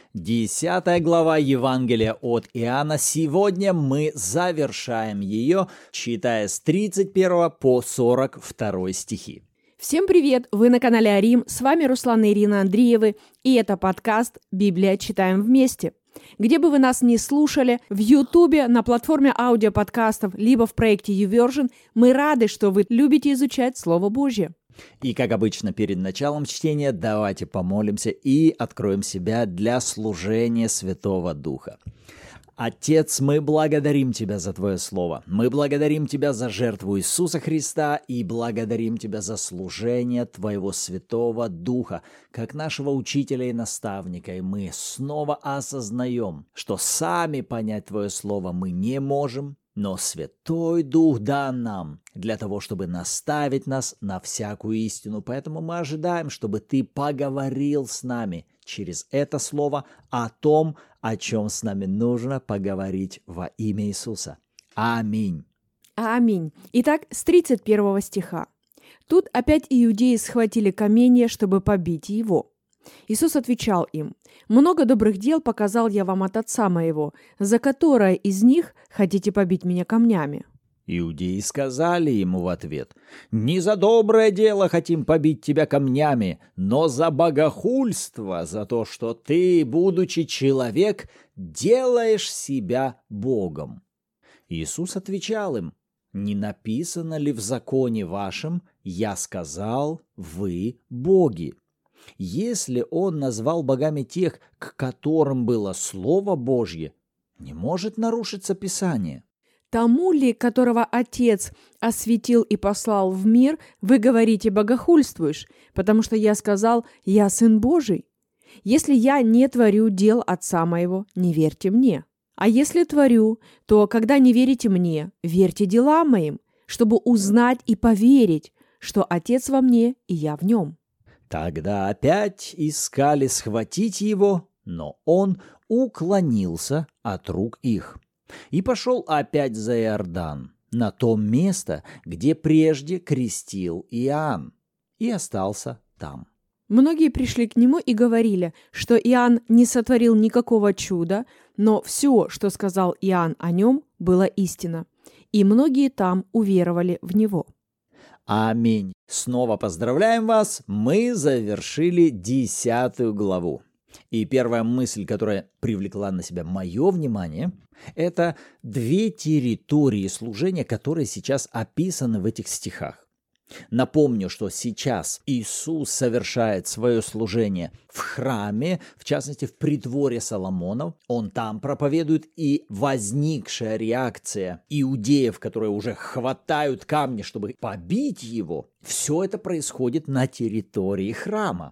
10 глава Евангелия от Иоанна. Сегодня мы завершаем ее, читая с 31 по 42 стихи. Всем привет! Вы на канале Арим, с вами Руслан и Ирина Андреевы, и это подкаст «Библия. Читаем вместе». Где бы вы нас ни слушали, в Ютубе, на платформе аудиоподкастов, либо в проекте YouVersion, мы рады, что вы любите изучать Слово Божье. И, как обычно, перед началом чтения давайте помолимся и откроем себя для служения Святого Духа. Отец, мы благодарим Тебя за Твое Слово. Мы благодарим Тебя за жертву Иисуса Христа и благодарим Тебя за служение Твоего Святого Духа, как нашего учителя и наставника. И мы снова осознаем, что сами понять Твое Слово мы не можем, но Святой Дух дан нам для того, чтобы наставить нас на всякую истину. Поэтому мы ожидаем, чтобы Ты поговорил с нами через это Слово о том, о чем с нами нужно поговорить во имя Иисуса. Аминь. Аминь. Итак, с 31 стиха. Тут опять иудеи схватили каменья, чтобы побить его. Иисус отвечал им: «Много добрых дел показал я вам от Отца моего, за которое из них хотите побить меня камнями?» Иудеи сказали ему в ответ: «Не за доброе дело хотим побить тебя камнями, но за богохульство, за то, что ты, будучи человек, делаешь себя Богом». Иисус отвечал им: «Не написано ли в законе вашем: я сказал, вы боги?» Если он назвал богами тех, к которым было Слово Божье, не может нарушиться Писание. «Тому ли, которого Отец осветил и послал в мир, вы говорите: богохульствуешь, потому что я сказал: я Сын Божий? Если я не творю дел Отца моего, не верьте мне. А если творю, то, когда не верите мне, верьте делам моим, чтобы узнать и поверить, что Отец во мне и я в нем». Тогда опять искали схватить его, но он уклонился от рук их и пошел опять за Иордан, на то место, где прежде крестил Иоанн, и остался там. Многие пришли к нему и говорили, что Иоанн не сотворил никакого чуда, но все, что сказал Иоанн о нем, было истина, и многие там уверовали в него. Аминь. Снова поздравляем вас. Мы завершили 10 главу. И первая мысль, которая привлекла на себя мое внимание, это две территории служения, которые сейчас описаны в этих стихах. Напомню, что сейчас Иисус совершает свое служение в храме, в частности, в придворе Соломонов. Он там проповедует, и возникшая реакция иудеев, которые уже хватают камни, чтобы побить его, все это происходит на территории храма.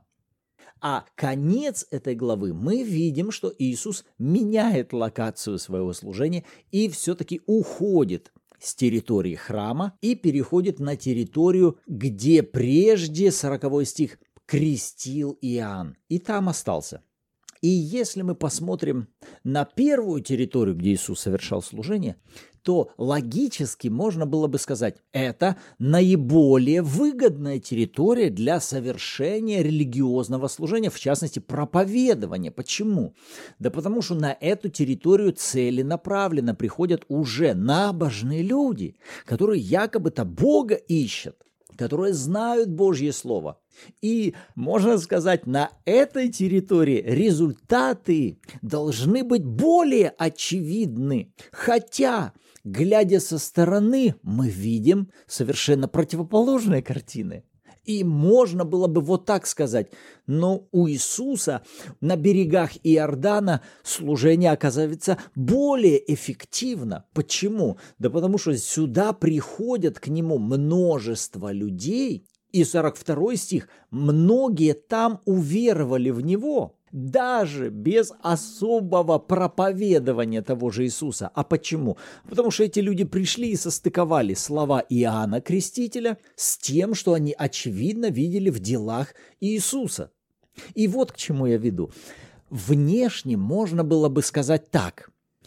А конец этой главы мы видим, что Иисус меняет локацию своего служения и все-таки уходит с территории храма и переходит на территорию, где прежде, 40 стих, крестил Иоанн, и там остался. И если мы посмотрим на первую территорию, где Иисус совершал служение, то логически можно было бы сказать, это наиболее выгодная территория для совершения религиозного служения, в частности, проповедования. Почему? Да потому что на эту территорию целенаправленно приходят уже набожные люди, которые якобы-то Бога ищут, которые знают Божье Слово. И, можно сказать, на этой территории результаты должны быть более очевидны. Хотя, глядя со стороны, мы видим совершенно противоположные картины. И можно было бы вот так сказать, но у Иисуса на берегах Иордана служение оказывается более эффективно. Почему? Да потому что сюда приходят к нему множество людей, и 42 стих, многие там уверовали в него. Даже без особого проповедования того же Иисуса. А почему? Потому что эти люди пришли и состыковали слова Иоанна Крестителя с тем, что они очевидно видели в делах Иисуса. И вот к чему я веду. Внешне можно было бы сказать так.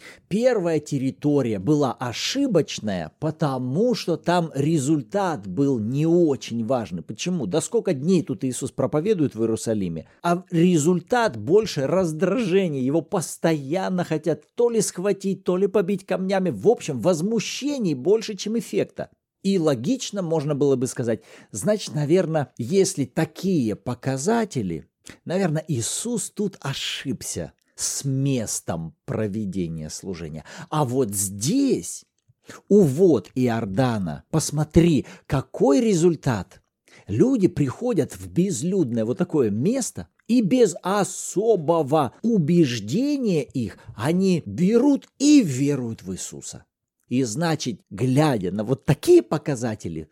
Первая территория была ошибочная, потому что там результат был не очень важный. Почему? Да сколько дней тут Иисус проповедует в Иерусалиме, а результат больше раздражения. Его постоянно хотят то ли схватить, то ли побить камнями. В общем, возмущений больше, чем эффекта. И логично можно было бы сказать, значит, наверное, если такие показатели, наверное, Иисус тут ошибся с местом проведения служения. А вот здесь, у вод Иордана, посмотри, какой результат. Люди приходят в безлюдное вот такое место, и без особого убеждения их они берут и веруют в Иисуса. И значит, глядя на вот такие показатели,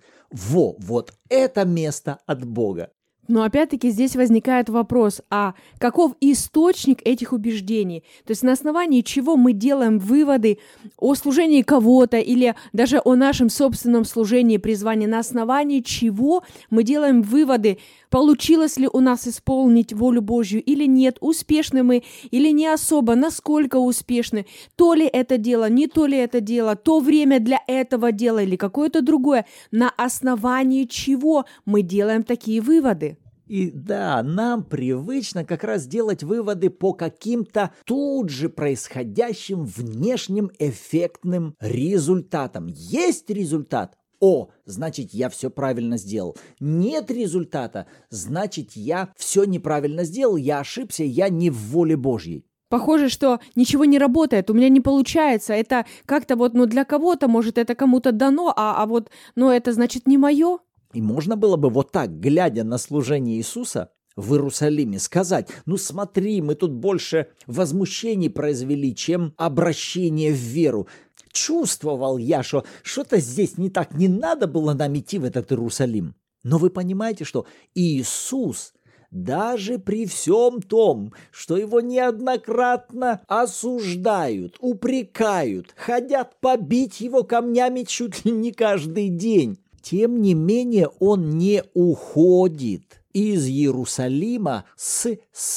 вот это место от Бога. Но опять-таки здесь возникает вопрос, а каков источник этих убеждений? То есть на основании чего мы делаем выводы о служении кого-то или даже о нашем собственном служении, призвании? На основании чего мы делаем выводы, получилось ли у нас исполнить волю Божью или нет, успешны мы или не особо, насколько успешны, то ли это дело, не то ли это дело, то время для этого дела или какое-то другое. На основании чего мы делаем такие выводы? И да, нам привычно как раз делать выводы по каким-то тут же происходящим внешним эффектным результатам. Есть результат? О, значит, я все правильно сделал. Нет результата, значит, я все неправильно сделал, я ошибся, я не в воле Божьей. Похоже, что ничего не работает, у меня не получается. Это как-то для кого-то, может, это кому-то дано, это значит не мое. И можно было бы вот так, глядя на служение Иисуса в Иерусалиме, сказать, смотри, мы тут больше возмущений произвели, чем обращение в веру. Чувствовал я, что что-то здесь не так, не надо было нам идти в этот Иерусалим. Но вы понимаете, что Иисус, даже при всем том, что его неоднократно осуждают, упрекают, хотят побить его камнями чуть ли не каждый день, тем не менее он не уходит из Иерусалима с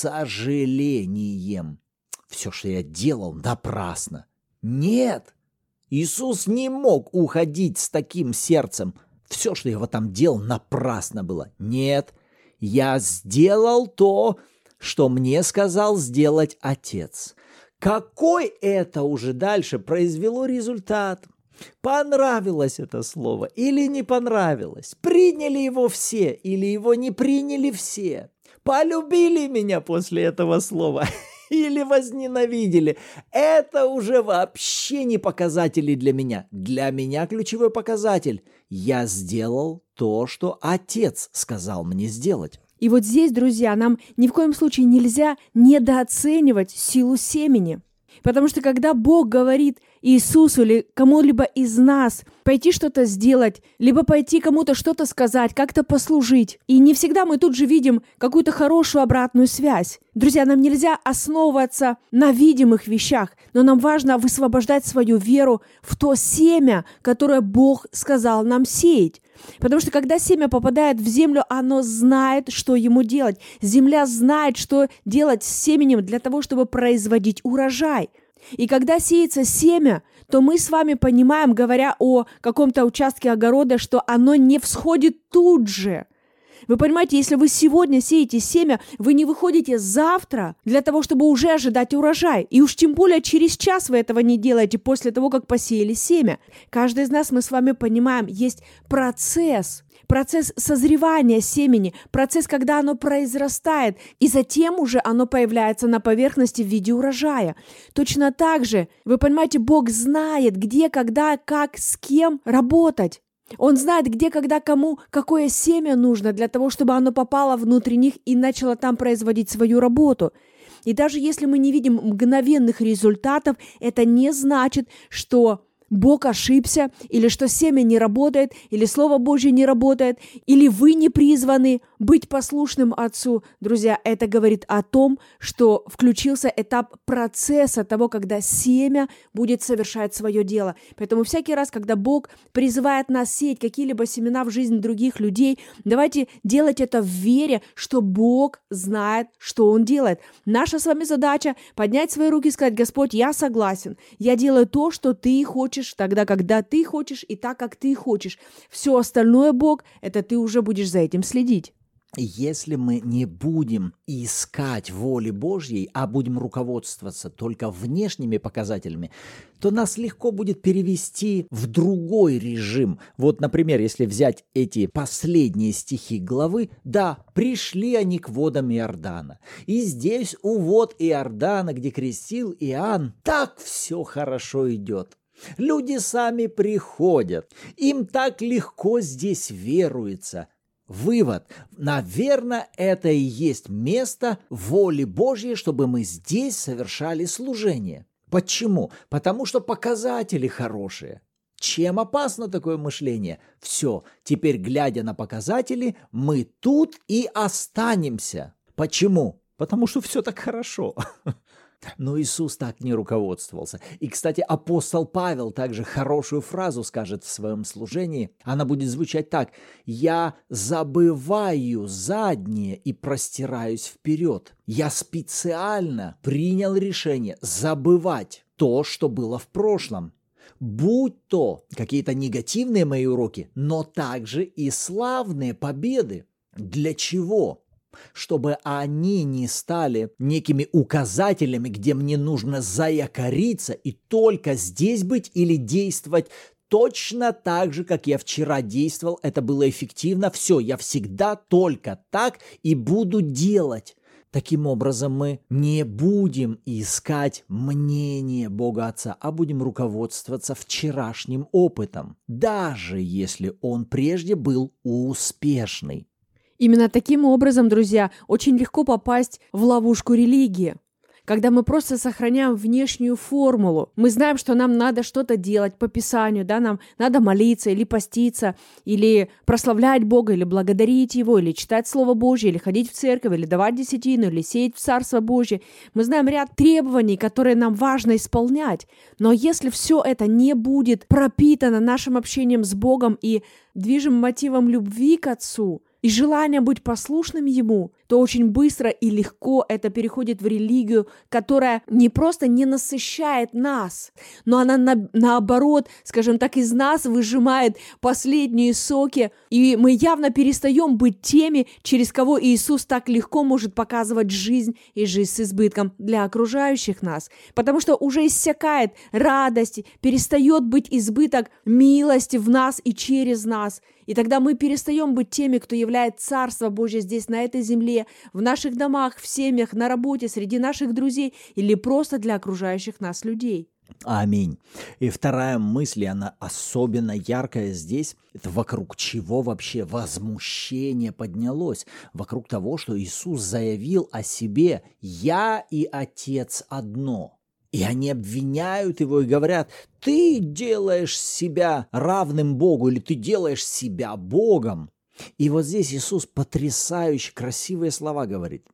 сожалением. Все, что я делал, напрасно. Нет, Иисус не мог уходить с таким сердцем. Все, что я там делал, напрасно было. Нет, я сделал то, что мне сказал сделать Отец. Какой это уже дальше произвело результат? Понравилось это слово или не понравилось? Приняли его все или его не приняли все? Полюбили меня после этого слова или возненавидели? Это уже вообще не показатели для меня. Для меня ключевой показатель. Я сделал то, что Отец сказал мне сделать. И вот здесь, друзья, нам ни в коем случае нельзя недооценивать силу семени. Потому что когда Бог говорит Иисусу или кому-либо из нас пойти что-то сделать, либо пойти кому-то что-то сказать, как-то послужить, и не всегда мы тут же видим какую-то хорошую обратную связь. Друзья, нам нельзя основываться на видимых вещах, но нам важно высвобождать свою веру в то семя, которое Бог сказал нам сеять. Потому что когда семя попадает в землю, оно знает, что ему делать. Земля знает, что делать с семенем для того, чтобы производить урожай. И когда сеется семя, то мы с вами понимаем, говоря о каком-то участке огорода, что оно не всходит тут же. Вы понимаете, если вы сегодня сеете семя, вы не выходите завтра для того, чтобы уже ожидать урожай. И уж тем более через час вы этого не делаете после того, как посеяли семя. Каждый из нас, мы с вами понимаем, есть процесс созревания семени, процесс, когда оно произрастает, и затем уже оно появляется на поверхности в виде урожая. Точно так же, вы понимаете, Бог знает, где, когда, как, с кем работать. Он знает, где, когда, кому, какое семя нужно для того, чтобы оно попало внутрь них и начало там производить свою работу. И даже если мы не видим мгновенных результатов, это не значит, что Бог ошибся, или что семя не работает, или Слово Божье не работает, или вы не призваны быть послушным Отцу. Друзья, это говорит о том, что включился этап процесса того, когда семя будет совершать свое дело. Поэтому всякий раз, когда Бог призывает нас сеять какие-либо семена в жизнь других людей, давайте делать это в вере, что Бог знает, что Он делает. Наша с вами задача поднять свои руки и сказать: Господь, я согласен, я делаю то, что Ты хочешь, тогда, когда Ты хочешь и так, как Ты хочешь. Все остальное, Бог, это Ты уже будешь за этим следить. Если мы не будем искать воли Божьей, а будем руководствоваться только внешними показателями, то нас легко будет перевести в другой режим. Вот, например, если взять эти последние стихи главы, да, пришли они к водам Иордана. И здесь у вод Иордана, где крестил Иоанн, так все хорошо идет. Люди сами приходят, им так легко здесь веруется. Вывод. Наверное, это и есть место воли Божьей, чтобы мы здесь совершали служение. Почему? Потому что показатели хорошие. Чем опасно такое мышление? Все, теперь, глядя на показатели, мы тут и останемся. Почему? Потому что все так хорошо. Но Иисус так не руководствовался. И, кстати, апостол Павел также хорошую фразу скажет в своем служении. Она будет звучать так: «Я забываю заднее и простираюсь вперед». Я специально принял решение забывать то, что было в прошлом. Будь то какие-то негативные мои уроки, но также и славные победы. Для чего? Чтобы они не стали некими указателями, где мне нужно заякориться и только здесь быть или действовать точно так же, как я вчера действовал. Это было эффективно. Все, я всегда только так и буду делать. Таким образом, мы не будем искать мнение Бога Отца, а будем руководствоваться вчерашним опытом, даже если он прежде был успешный. Именно таким образом, друзья, очень легко попасть в ловушку религии. Когда мы просто сохраняем внешнюю формулу, мы знаем, что нам надо что-то делать по Писанию, да, нам надо молиться или поститься, или прославлять Бога, или благодарить Его, или читать Слово Божье, или ходить в церковь, или давать десятину, или сеять в Царство Божье. Мы знаем ряд требований, которые нам важно исполнять. Но если все это не будет пропитано нашим общением с Богом и движим мотивом любви к Отцу, и желание быть послушным Ему, то очень быстро и легко это переходит в религию, которая не просто не насыщает нас, но она наоборот, скажем так, из нас выжимает последние соки, и мы явно перестаем быть теми, через кого Иисус так легко может показывать жизнь и жизнь с избытком для окружающих нас, потому что уже иссякает радость, перестает быть избыток милости в нас и через нас. И тогда мы перестаем быть теми, кто являет Царство Божье здесь, на этой земле, в наших домах, в семьях, на работе, среди наших друзей или просто для окружающих нас людей. Аминь. И вторая мысль, она особенно яркая здесь, это вокруг чего вообще возмущение поднялось, вокруг того, что Иисус заявил о себе: «Я и Отец одно». И они обвиняют его и говорят: ты делаешь себя равным Богу, или ты делаешь себя Богом. И вот здесь Иисус потрясающе красивые слова говорит,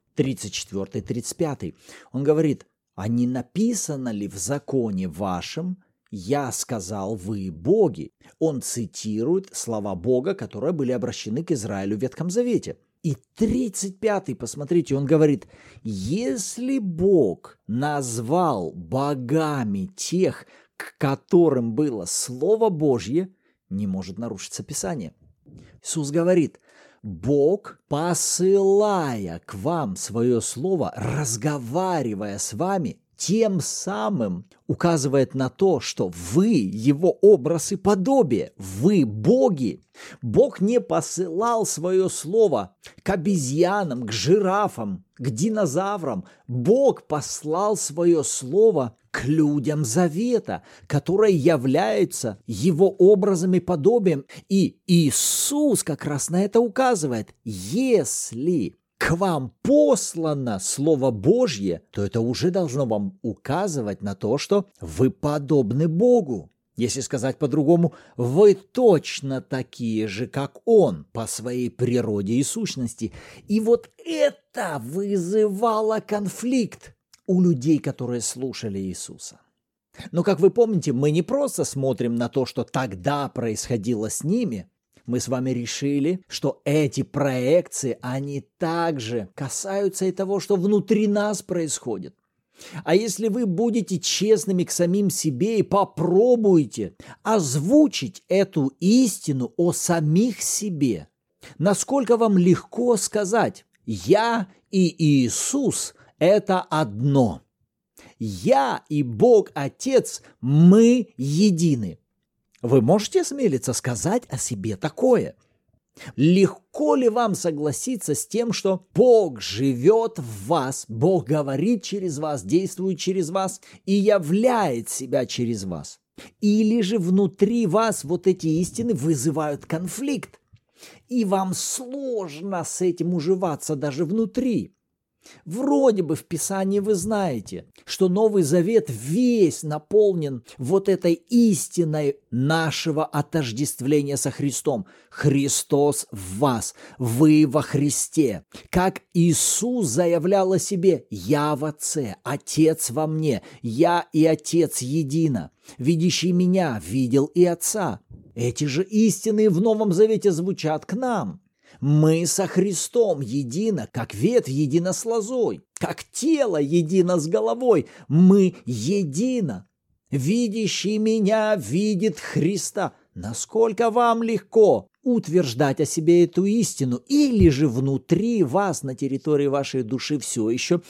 34-35. Он говорит: а не написано ли в законе вашем: «Я сказал, вы боги»? Он цитирует слова Бога, которые были обращены к Израилю в Ветхом Завете. И 35-й, посмотрите, он говорит: если Бог назвал богами тех, к которым было Слово Божье, не может нарушиться Писание. Иисус говорит: Бог, посылая к вам свое Слово, разговаривая с вами, тем самым указывает на то, что вы Его образ и подобие, вы боги. Бог не посылал свое слово к обезьянам, к жирафам, к динозаврам. Бог послал свое слово к людям Завета, которые являются Его образом и подобием. И Иисус как раз на это указывает. Если к вам послано Слово Божье, то это уже должно вам указывать на то, что вы подобны Богу. Если сказать по-другому, вы точно такие же, как Он, по своей природе и сущности. И вот это вызывало конфликт у людей, которые слушали Иисуса. Но, как вы помните, мы не просто смотрим на то, что тогда происходило с ними. Мы с вами решили, что эти проекции, они также касаются и того, что внутри нас происходит. А если вы будете честными к самим себе и попробуете озвучить эту истину о самих себе, насколько вам легко сказать: «Я и Иисус – это одно. Я и Бог Отец, мы едины». Вы можете осмелиться сказать о себе такое? Легко ли вам согласиться с тем, что Бог живет в вас, Бог говорит через вас, действует через вас и являет себя через вас? Или же внутри вас вот эти истины вызывают конфликт, и вам сложно с этим уживаться даже внутри? Вроде бы в Писании вы знаете, что Новый Завет весь наполнен вот этой истиной нашего отождествления со Христом. Христос в вас, вы во Христе. Как Иисус заявлял о себе: «Я в Отце, Отец во мне, я и Отец едино. Видящий меня видел и Отца». Эти же истины в Новом Завете звучат к нам. Мы со Христом едино, как ветвь едино с лозой, как тело едино с головой. Мы едино. Видящий меня видит Христа. Насколько вам легко утверждать о себе эту истину, или же внутри вас, на территории вашей души, все еще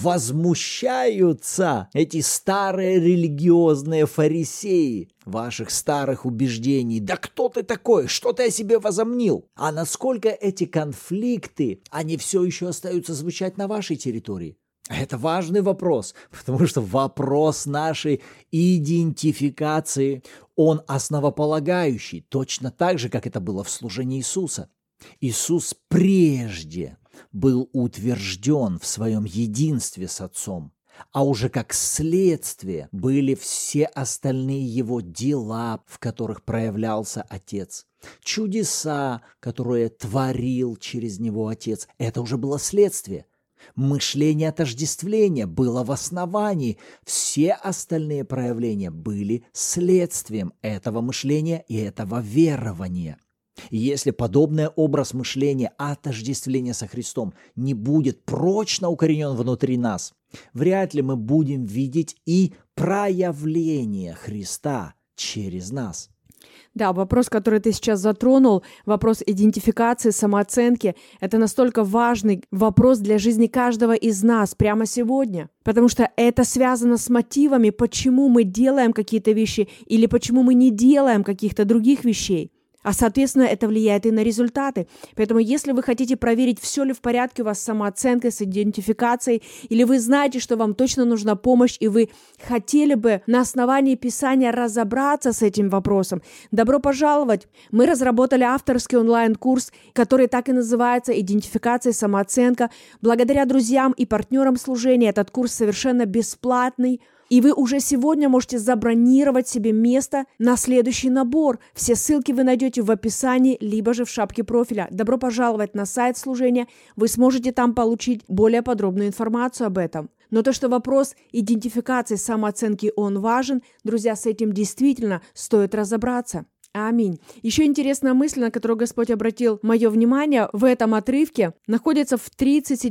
возмущаются эти старые религиозные фарисеи ваших старых убеждений? Да кто ты такой? Что ты о себе возомнил? А насколько эти конфликты, они все еще остаются звучать на вашей территории? Это важный вопрос, потому что вопрос нашей идентификации, он основополагающий, точно так же, как это было в служении Иисуса. Иисус прежде был утвержден в своем единстве с Отцом, а уже как следствие были все остальные его дела, в которых проявлялся Отец. Чудеса, которые творил через него Отец, это уже было следствие. Мышление отождествления было в основании, все остальные проявления были следствием этого мышления и этого верования. И если подобный образ мышления отождествления со Христом не будет прочно укоренен внутри нас, вряд ли мы будем видеть и проявление Христа через нас. Да, вопрос, который ты сейчас затронул, вопрос идентификации, самооценки, это настолько важный вопрос для жизни каждого из нас прямо сегодня, потому что это связано с мотивами, почему мы делаем какие-то вещи или почему мы не делаем каких-то других вещей. А, соответственно, это влияет и на результаты. Поэтому, если вы хотите проверить, все ли в порядке у вас с самооценкой, с идентификацией, или вы знаете, что вам точно нужна помощь, и вы хотели бы на основании Писания разобраться с этим вопросом, добро пожаловать! Мы разработали авторский онлайн-курс, который так и называется «Идентификация и самооценка». Благодаря друзьям и партнерам служения этот курс совершенно бесплатный. И вы уже сегодня можете забронировать себе место на следующий набор. Все ссылки вы найдете в описании, либо же в шапке профиля. Добро пожаловать на сайт служения. Вы сможете там получить более подробную информацию об этом. Но то, что вопрос идентификации, самооценки, он важен, друзья, с этим действительно стоит разобраться. Аминь. Еще интересная мысль, на которую Господь обратил мое внимание в этом отрывке, находится в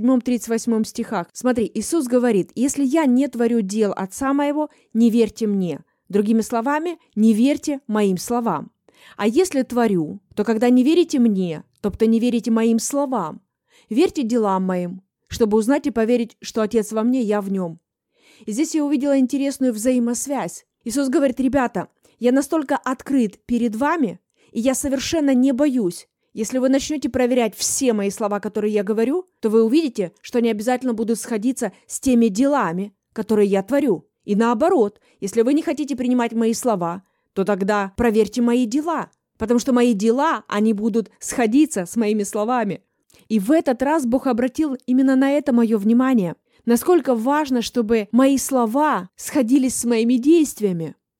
37-38 стихах. Смотри, Иисус говорит: «Если я не творю дел Отца моего, не верьте мне». Другими словами, не верьте моим словам. А если творю, то когда не верите мне, тобто не верите моим словам, верьте делам моим, чтобы узнать и поверить, что Отец во мне, я в нем. И здесь я увидела интересную взаимосвязь. Иисус говорит: ребята, я настолько открыт перед вами, и я совершенно не боюсь. Если вы начнете проверять все мои слова, которые я говорю, то вы увидите, что они обязательно будут сходиться с теми делами, которые я творю. И наоборот, если вы не хотите принимать мои слова, то тогда проверьте мои дела, потому что мои дела, они будут сходиться с моими словами. И в этот раз Бог обратил именно на это мое внимание. Насколько важно, чтобы мои слова сходились с моими действиями.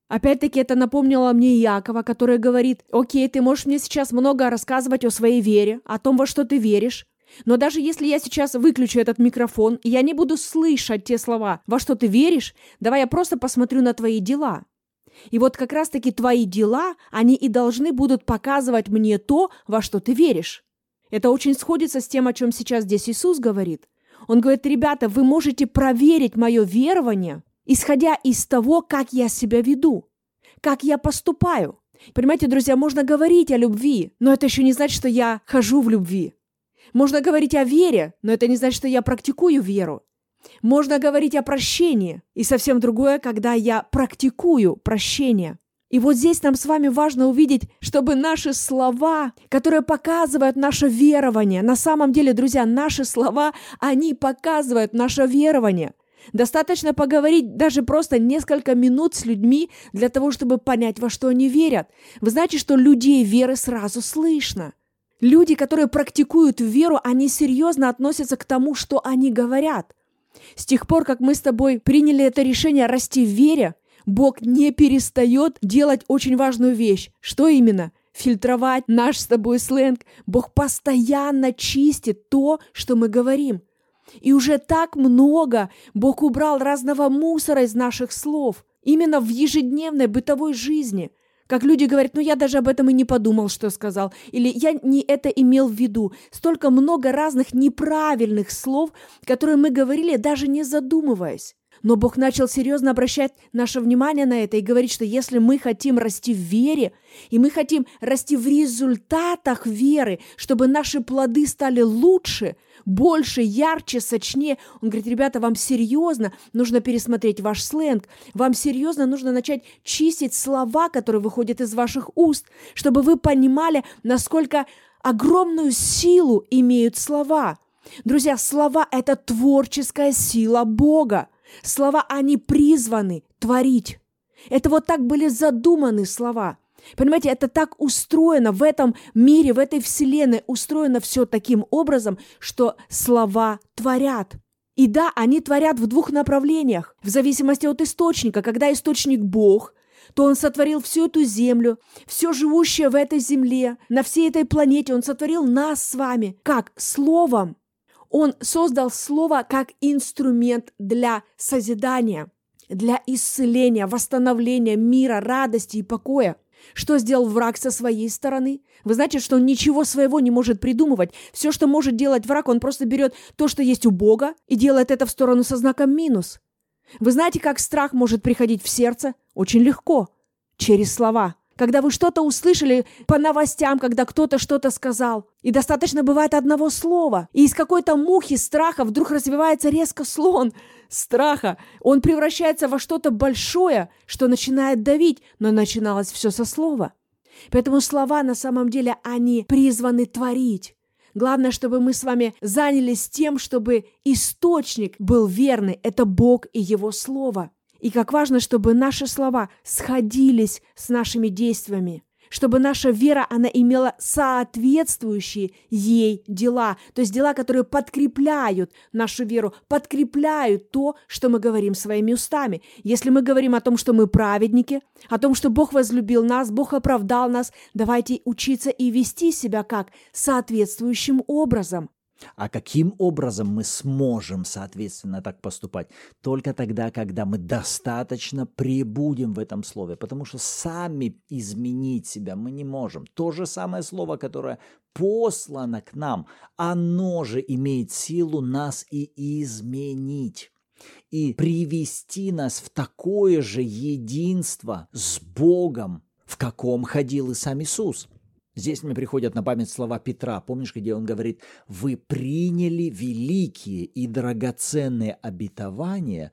Опять-таки это напомнило мне Иакова, который говорит: «Окей, ты можешь мне сейчас много рассказывать о своей вере, о том, во что ты веришь, но даже если я сейчас выключу этот микрофон, и я не буду слышать те слова, во что ты веришь, давай я просто посмотрю на твои дела». И вот как раз-таки твои дела, они и должны будут показывать мне то, во что ты веришь. Это очень сходится с тем, о чем сейчас здесь Иисус говорит. Он говорит: ребята, вы можете проверить мое верование, исходя из того, как я себя веду, как я поступаю. Понимаете, друзья, можно говорить о любви, но это еще не значит, что я хожу в любви. Можно говорить о вере, но это не значит, что я практикую веру. Можно говорить о прощении, и совсем другое, когда я практикую прощение. И вот здесь нам с вами важно увидеть, чтобы наши слова, которые показывают наше верование, на самом деле, друзья, наши слова, они показывают наше верование. Достаточно поговорить даже просто несколько минут с людьми для того, чтобы понять, во что они верят. Вы знаете, что людей веры сразу слышно. Люди, которые практикуют веру, они серьезно относятся к тому, что они говорят. С тех пор, как мы с тобой приняли это решение расти в вере, Бог не перестает делать очень важную вещь. Что именно? Фильтровать наш с тобой сленг. Бог постоянно чистит то, что мы говорим. И уже так много Бог убрал разного мусора из наших слов. Именно в ежедневной бытовой жизни. Как люди говорят: я даже об этом и не подумал, что сказал. Или я не это имел в виду. Столько много разных неправильных слов, которые мы говорили, даже не задумываясь. Но Бог начал серьезно обращать наше внимание на это и говорить, что если мы хотим расти в вере, и мы хотим расти в результатах веры, чтобы наши плоды стали лучше, больше, ярче, сочнее, он говорит: ребята, вам серьезно нужно пересмотреть ваш сленг, вам серьезно нужно начать чистить слова, которые выходят из ваших уст, чтобы вы понимали, насколько огромную силу имеют слова. Друзья, слова – это творческая сила Бога. Слова, они призваны творить. Это вот так были задуманы слова. Понимаете, это так устроено в этом мире, в этой вселенной, устроено все таким образом, что слова творят. И да, они творят в двух направлениях, в зависимости от источника. Когда источник Бог, то Он сотворил всю эту землю, все живущее в этой земле, на всей этой планете. Он сотворил нас с вами. Как? Словом. Он создал слово как инструмент для созидания, для исцеления, восстановления мира, радости и покоя. Что сделал враг со своей стороны? Вы знаете, что он ничего своего не может придумывать. Все, что может делать враг, он просто берет то, что есть у Бога, и делает это в сторону со знаком минус. Вы знаете, как страх может приходить в сердце? Очень легко. Через слова. Когда вы что-то услышали по новостям, когда кто-то что-то сказал. И достаточно бывает одного слова. И из какой-то мухи страха вдруг развивается резко слон страха. Он превращается во что-то большое, что начинает давить. Но начиналось все со слова. Поэтому слова на самом деле, они призваны творить. Главное, чтобы мы с вами занялись тем, чтобы источник был верный. Это Бог и Его Слово. И как важно, чтобы наши слова сходились с нашими действиями, чтобы наша вера, она имела соответствующие ей дела, то есть дела, которые подкрепляют нашу веру, подкрепляют то, что мы говорим своими устами. Если мы говорим о том, что мы праведники, о том, что Бог возлюбил нас, Бог оправдал нас, давайте учиться и вести себя как соответствующим образом. А каким образом мы сможем, соответственно, так поступать? Только тогда, когда мы достаточно пребудем в этом слове, потому что сами изменить себя мы не можем. То же самое слово, которое послано к нам, оно же имеет силу нас и изменить, и привести нас в такое же единство с Богом, в каком ходил и сам Иисус. Здесь мне приходят на память слова Петра. Помнишь, где он говорит: «Вы приняли великие и драгоценные обетования,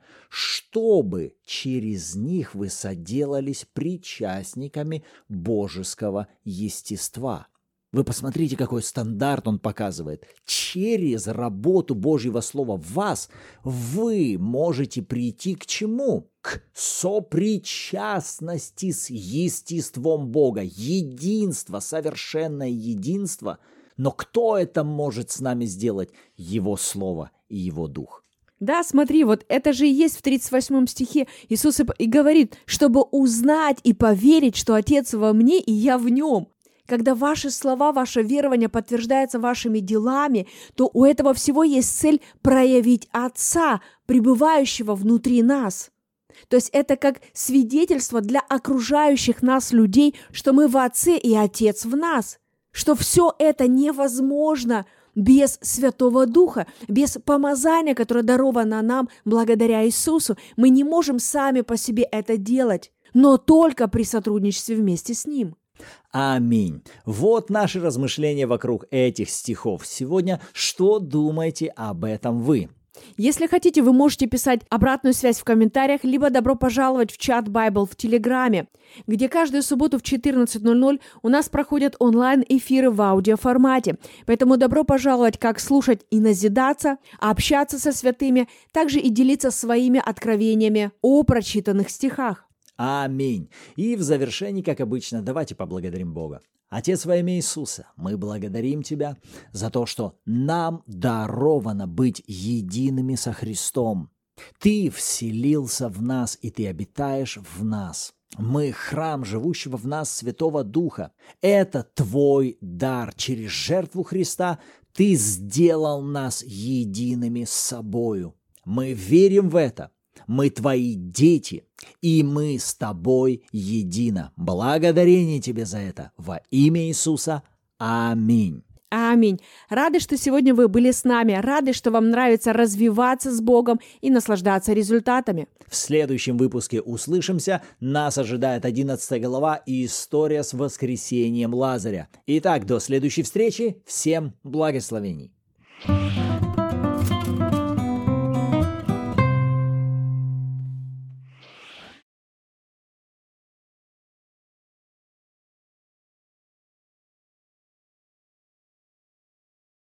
чтобы через них вы соделались причастниками божеского естества». Вы посмотрите, какой стандарт он показывает. Через работу Божьего Слова в вас вы можете прийти к чему? К сопричастности с естеством Бога. Единство, совершенное единство. Но кто это может с нами сделать? Его Слово и Его Дух. Да, смотри, вот это же и есть в 38 стихе. Иисус и говорит, чтобы узнать и поверить, что Отец во мне и я в нем. Когда ваши слова, ваше верование подтверждается вашими делами, то у этого всего есть цель проявить Отца, пребывающего внутри нас. То есть это как свидетельство для окружающих нас людей, что мы в Отце и Отец в нас, что все это невозможно без Святого Духа, без помазания, которое даровано нам благодаря Иисусу. Мы не можем сами по себе это делать, но только при сотрудничестве вместе с Ним. Аминь. Вот наши размышления вокруг этих стихов. Сегодня что думаете об этом вы? Если хотите, вы можете писать обратную связь в комментариях, либо добро пожаловать в чат Bible в Телеграме, где каждую субботу в 14:00 у нас проходят онлайн-эфиры в аудиоформате. Поэтому добро пожаловать как слушать и назидаться, общаться со святыми, также и делиться своими откровениями о прочитанных стихах. Аминь. И в завершении, как обычно, давайте поблагодарим Бога. Отец, во имя Иисуса, мы благодарим Тебя за то, что нам даровано быть едиными со Христом. Ты вселился в нас, и Ты обитаешь в нас. Мы храм живущего в нас Святого Духа. Это Твой дар. Через жертву Христа Ты сделал нас едиными с собою. Мы верим в это. Мы Твои дети, и мы с Тобой едино. Благодарение Тебе за это. Во имя Иисуса. Аминь. Аминь. Рады, что сегодня вы были с нами. Рады, что вам нравится развиваться с Богом и наслаждаться результатами. В следующем выпуске услышимся. Нас ожидает 11 глава и история с воскресением Лазаря. Итак, до следующей встречи. Всем благословений.